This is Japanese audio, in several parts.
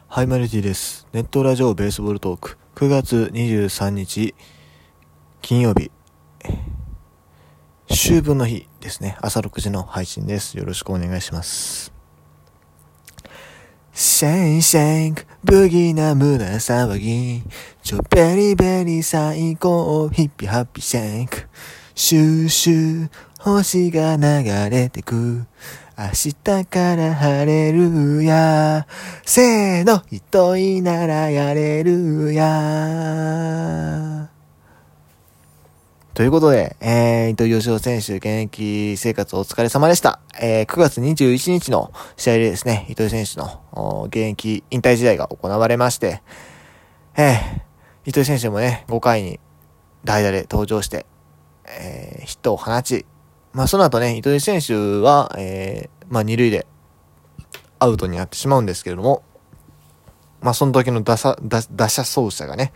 ハイマルティです。ネットラジオベースボールトーク9月23日金曜日秋分の日ですね。朝6時の配信です。よろしくお願いします。シェイシェイクブギな胸騒ぎベリベリ最高ヒッピーハッピーシェイクシューシュー星が流れてく明日から晴れるやせーの糸井ならやれるやということで、糸井嘉男選手現役生活お疲れ様でした。9月21日の試合でですね、糸井選手の現役引退試合が行われまして、糸井選手もね、5回に代打で登場して、ヒットを放ち、その後ね、糸井選手は、二塁でアウトになってしまうんですけれども、その時の打者走者がね、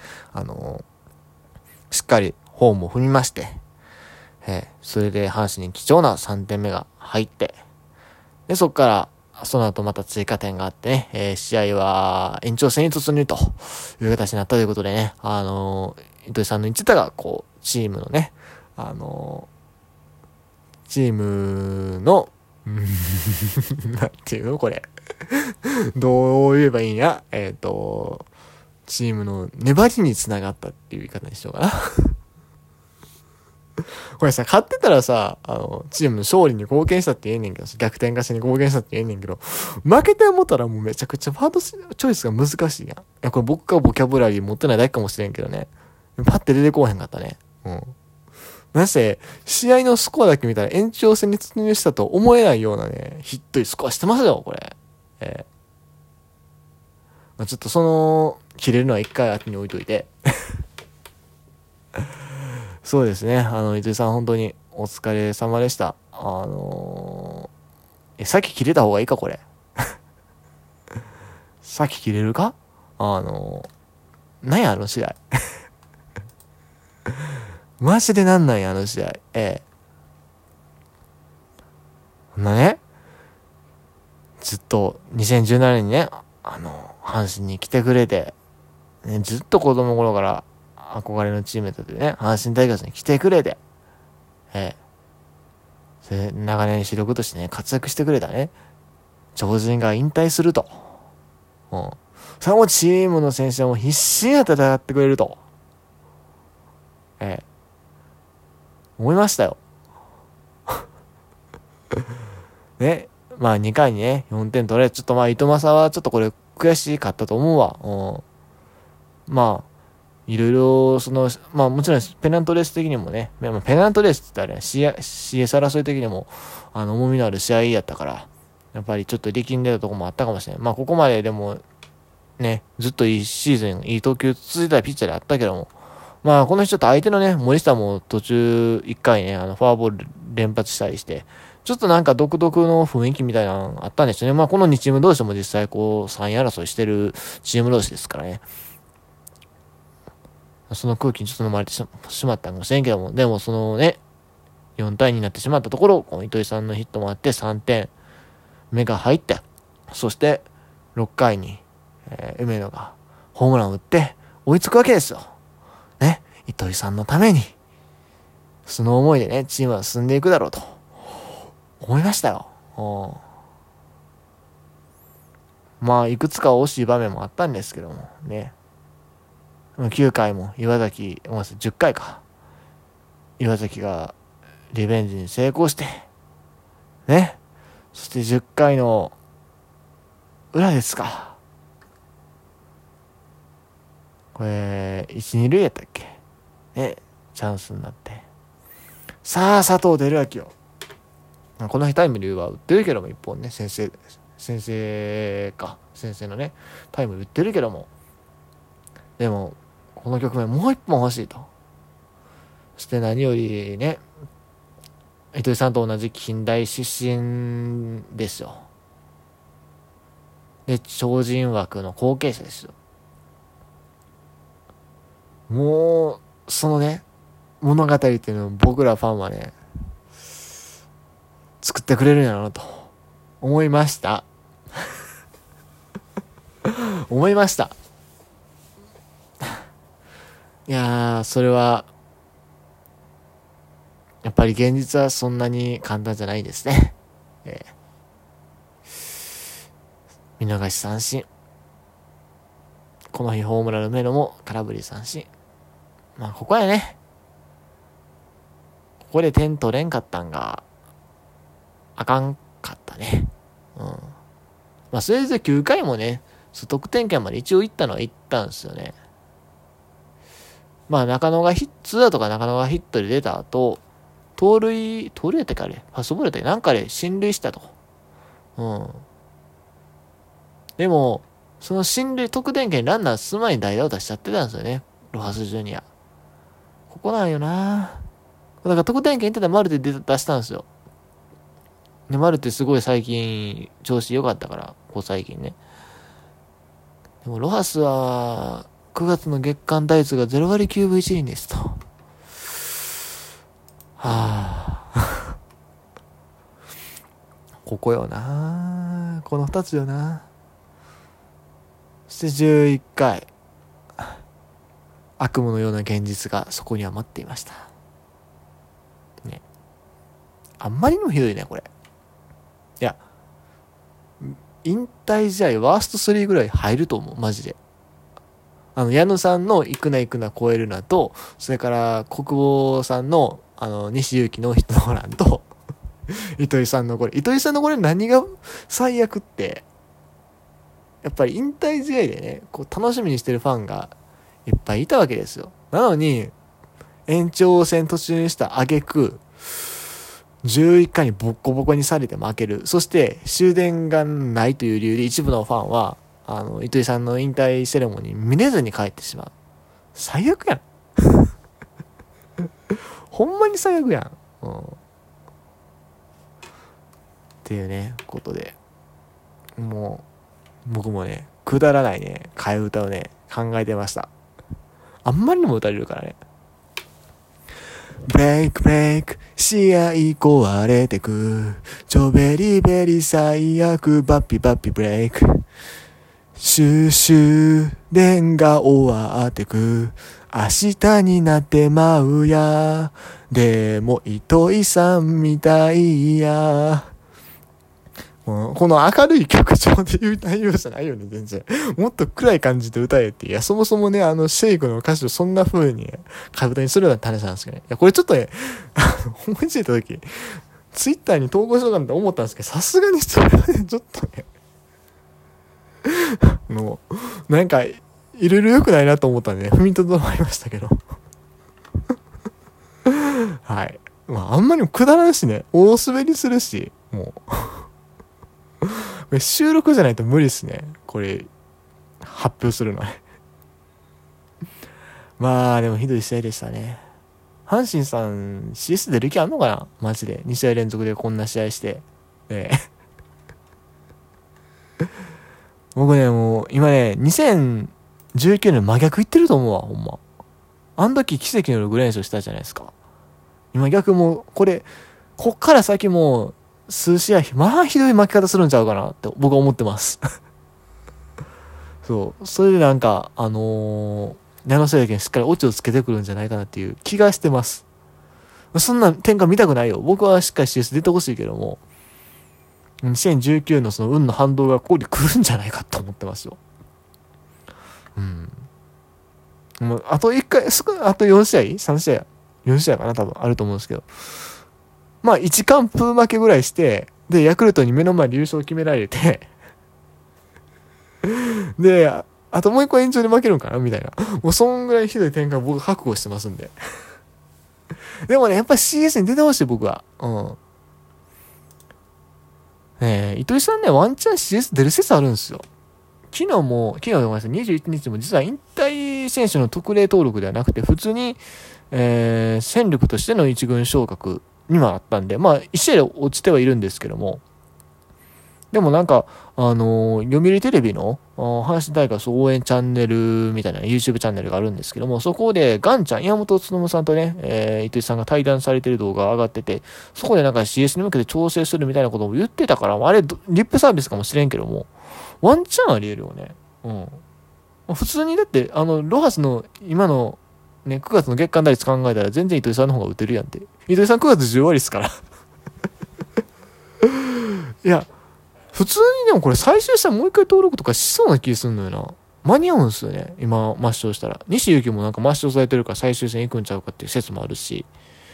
しっかりホームを踏みまして、それで阪神に貴重な3点目が入って、で、そこから、その後また追加点があってね、試合は延長戦に突入という形になったということでね、糸井さんの言ってたが、チームのね、チームの、なんていうのこれ。どう言えばいいんやチームの粘りにつながったっていう言い方にしようかな。これさ、勝ってたらさ、チームの勝利に貢献したって言えんねんけど、逆転勝ちに貢献したって言えんねんけど、負けて思ったらもうめちゃくちゃワードチョイスが難しいやん。いや、これ僕がボキャブラリー持ってないだけかもしれんけどね。パッて出てこうへんかったね。なぜ、試合のスコアだけ見たら延長戦に突入したと思えないようなね、ヒットにスコアしてますよ、これ。ちょっと切れるのは一回後に置いといて。そうですね。糸井さん本当にお疲れ様でした。さっき切れた方がいいか、これ。さっき切れるか何や、あの試合。マジでなんなんや、あの試合。こんなね、ずっと2017年にね、阪神に来てくれて、ね、ずっと子供の頃から憧れのチームだってね、阪神タイガースに来てくれて、それ長年主力としてね、活躍してくれたね、超人が引退すると。それもチームの選手はもう必死に戦ってくれると。思いましたよ。ね。2回にね、4点取れ。ちょっと糸政はちょっとこれ悔しかったと思うわ。いろいろ、もちろんペナントレース的にもね、ペナントレースって言ったらね、CS 争い的にも、重みのある試合やったから、やっぱりちょっと力んでたとこもあったかもしれない。ここまででも、ね、ずっといいシーズン、いい投球続いたピッチャーであったけども、この人と相手のね、森下も途中1回ね、フォアボール連発したりして、ちょっとなんか独特の雰囲気みたいなのあったんですよね。この2チーム同士も実際3位争いしてるチーム同士ですからね。その空気にちょっと飲まれてしまったかもしれんけども、でも4対2になってしまったところ、糸井さんのヒットもあって3点目が入って、そして6回に、梅野がホームランを打って追いつくわけですよ。ね、糸井さんのために、その思いでね、チームは進んでいくだろうと思いましたよ。いくつか惜しい場面もあったんですけどもね。9回も10回か。岩崎がリベンジに成功して、ね。そして10回の裏ですか。これ、1、2塁やったっけね。チャンスになって。さあ、佐藤輝明を。この日タイムリーは打ってるけども、一本ね、先生のね、タイム打ってるけども。でも、この局面もう一本欲しいと。そして何よりね、糸井さんと同じ近代出身ですよ。で、超人枠の後継者ですよ。もう、そのね、物語っていうのを僕らファンはね、作ってくれるんやろうなと思いました。 思いました。いやー、それは、やっぱり現実はそんなに簡単じゃないですね。見逃し三振。この日ホームランの目のも空振り三振。まあここやね。ここで点取れんかったんがあかんかったね。まあそれで9回もね、得点圏まで一応行ったのは行ったんですよね。まあ中野がツーアウトか中野がヒットで出た後、盗塁やったっけあれファストボールやったっけなんかで進塁したと。でも、その進塁得点圏にランナー進む前に代打を出しちゃってたんですよね。ロハスジュニア。ここなんよな。だから得点圏行ってたらマルテ出したんですよ。で、マルテすごい最近調子良かったから、ここ最近ね。でもロハスは9月の月間打率が0割9分1厘ですと。ここよな。この2つよな。そして11回。悪夢のような現実がそこには待っていました。ね。あんまりにもひどいね、これ。いや、引退試合ワースト3ぐらい入ると思う、マジで。矢野さんの行くな行くな超えるなと、それから国保さんの、西勇輝のヒットノーランと、糸井さんのこれ。糸井さんのこれ何が最悪って、やっぱり引退試合でね、こう楽しみにしてるファンがいっぱいいたわけですよ。なのに、延長戦途中にした挙句、11回にボッコボコにされて負ける。そして終電がないという理由で一部のファンは、糸井さんの引退セレモニー見れずに帰ってしまう。最悪やん。ほんまに最悪やん。っていうね、ことで。もう、僕もね、くだらないね、替え歌をね、考えてました。あんまりにも歌えるからね。ブレイクブレイク、試合壊れてく。ベリベリ最悪、バッピバッピブレイク。終電が終わってく。明日になってまうや。でも糸井さんみたいや。この明るい曲調で言う内容じゃないよね、全然。もっと暗い感じで歌えって。いや、そもそもね、シェイクの歌詞をそんな風に、替え歌にするような話なんですけどね。いや、これちょっとね、思いついた時、ツイッターに投稿しようかなと思ったんですけど、さすがにそれはね、ちょっとね、なんか、いろいろ良くないなと思ったんでね、踏みとどまりましたけど。はい。まあ、あんまりもくだらんしね、大滑りするし、もう。これ収録じゃないと無理っすね。これ、発表するのね。まあ、でもひどい試合でしたね。阪神さん、CS 出る気あんのかなマジで。2試合連続でこんな試合して。僕ね、もう、今ね、2019年真逆言ってると思うわ、ほんま。あん時奇跡の6連勝したじゃないですか。今逆もう、こっから先もう、数試合、まあひどい負け方するんちゃうかなって僕は思ってます。そう。それでなんか、矢野聖輝にしっかりオチをつけてくるんじゃないかなっていう気がしてます。そんな展開見たくないよ。僕はしっかり CS 出てほしいけども、2019のその運の反動がここに来るんじゃないかと思ってますよ。もう、あと1回、あと4試合 ?3 試合 ?4 試合かな多分あると思うんですけど。まあ、1完封負けぐらいして、で、ヤクルトに目の前で優勝を決められて、で、あともう一個延長で負けるんかなみたいな。もうそんぐらいひどい展開僕覚悟してますんで。でもね、やっぱり CS に出てほしい僕は。糸井さんね、ワンチャン CS 出る説あるんですよ。昨日ごめんなさい、21日も実は引退選手の特例登録ではなくて、普通に、戦力としての一軍昇格にはあったんで、まあ、一試合で落ちてはいるんですけども、でもなんか、読売テレビの、阪神タイガース応援チャンネルみたいな YouTube チャンネルがあるんですけども、そこでガンちゃん、岩本勉さんとね、糸井さんが対談されてる動画が上がってて、そこでなんか CS に向けて調整するみたいなことを言ってたから、あれ、リップサービスかもしれんけども、ワンチャンあり得るよね。 普通にだってロハスの今のね9月の月間打率考えたら全然糸井さんの方が打てるやんって。糸井さん9月10割っすからいや普通にでもこれ最終したらもう一回登録とかしそうな気するのよな。間に合うんすよね今抹消したら。西勇輝もなんか抹消されてるから最終戦行くんちゃうかっていう説もあるし、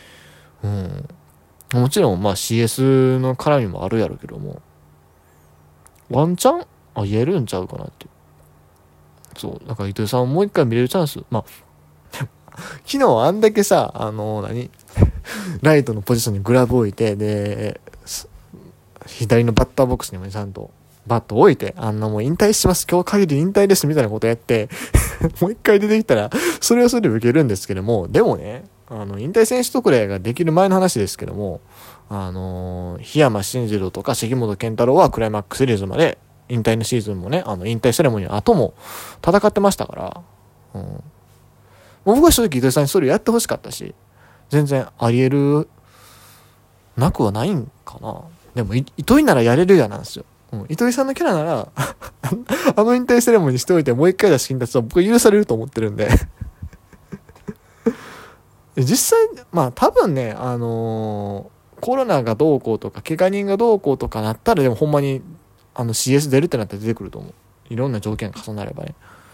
もちろんまあ CS の絡みもあるやろうけども、ワンチャン言えるんちゃうかなって。そう。だから糸井さんをもう一回見れるチャンス。まあ、昨日あんだけさ、ライトのポジションにグラブ置いて、で、左のバッターボックスにもちゃんとバット置いて、もう引退します。今日限り引退ですみたいなことやって、もう一回出てきたら、それはそれで受けるんですけども、でもね、引退選手特例ができる前の話ですけども、檜山慎次郎とか関本健太郎はクライマックスシリーズまで、引退のシーズンもね、引退セレモニーの後も戦ってましたから、もう僕は正直糸井さんにそれやってほしかったし、全然あり得るなくはないんかな。でも糸井ならやれるやなんですよ。糸井さんのキャラなら引退セレモニーしておいてもう一回出し金達は僕は許されると思ってるんで実際まあ多分ねコロナがどうこうとか怪我人がどうこうとかなったらでもほんまにCS 出るってなったら出てくると思う。いろんな条件が重なればね。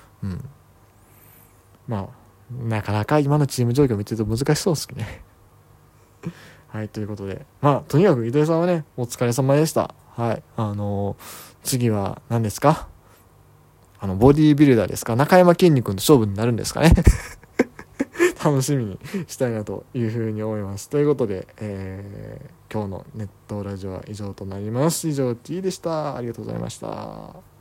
まあなかなか今のチーム状況見てると難しそうですねはい、ということでまあとにかく糸井さんはねお疲れ様でした。はい、次は何ですか。ボディービルダーですか。中山きんに君と勝負になるんですかね楽しみにしたいなというふうに思います。ということで、今日のネットラジオは以上となります。以上 T でした。ありがとうございました。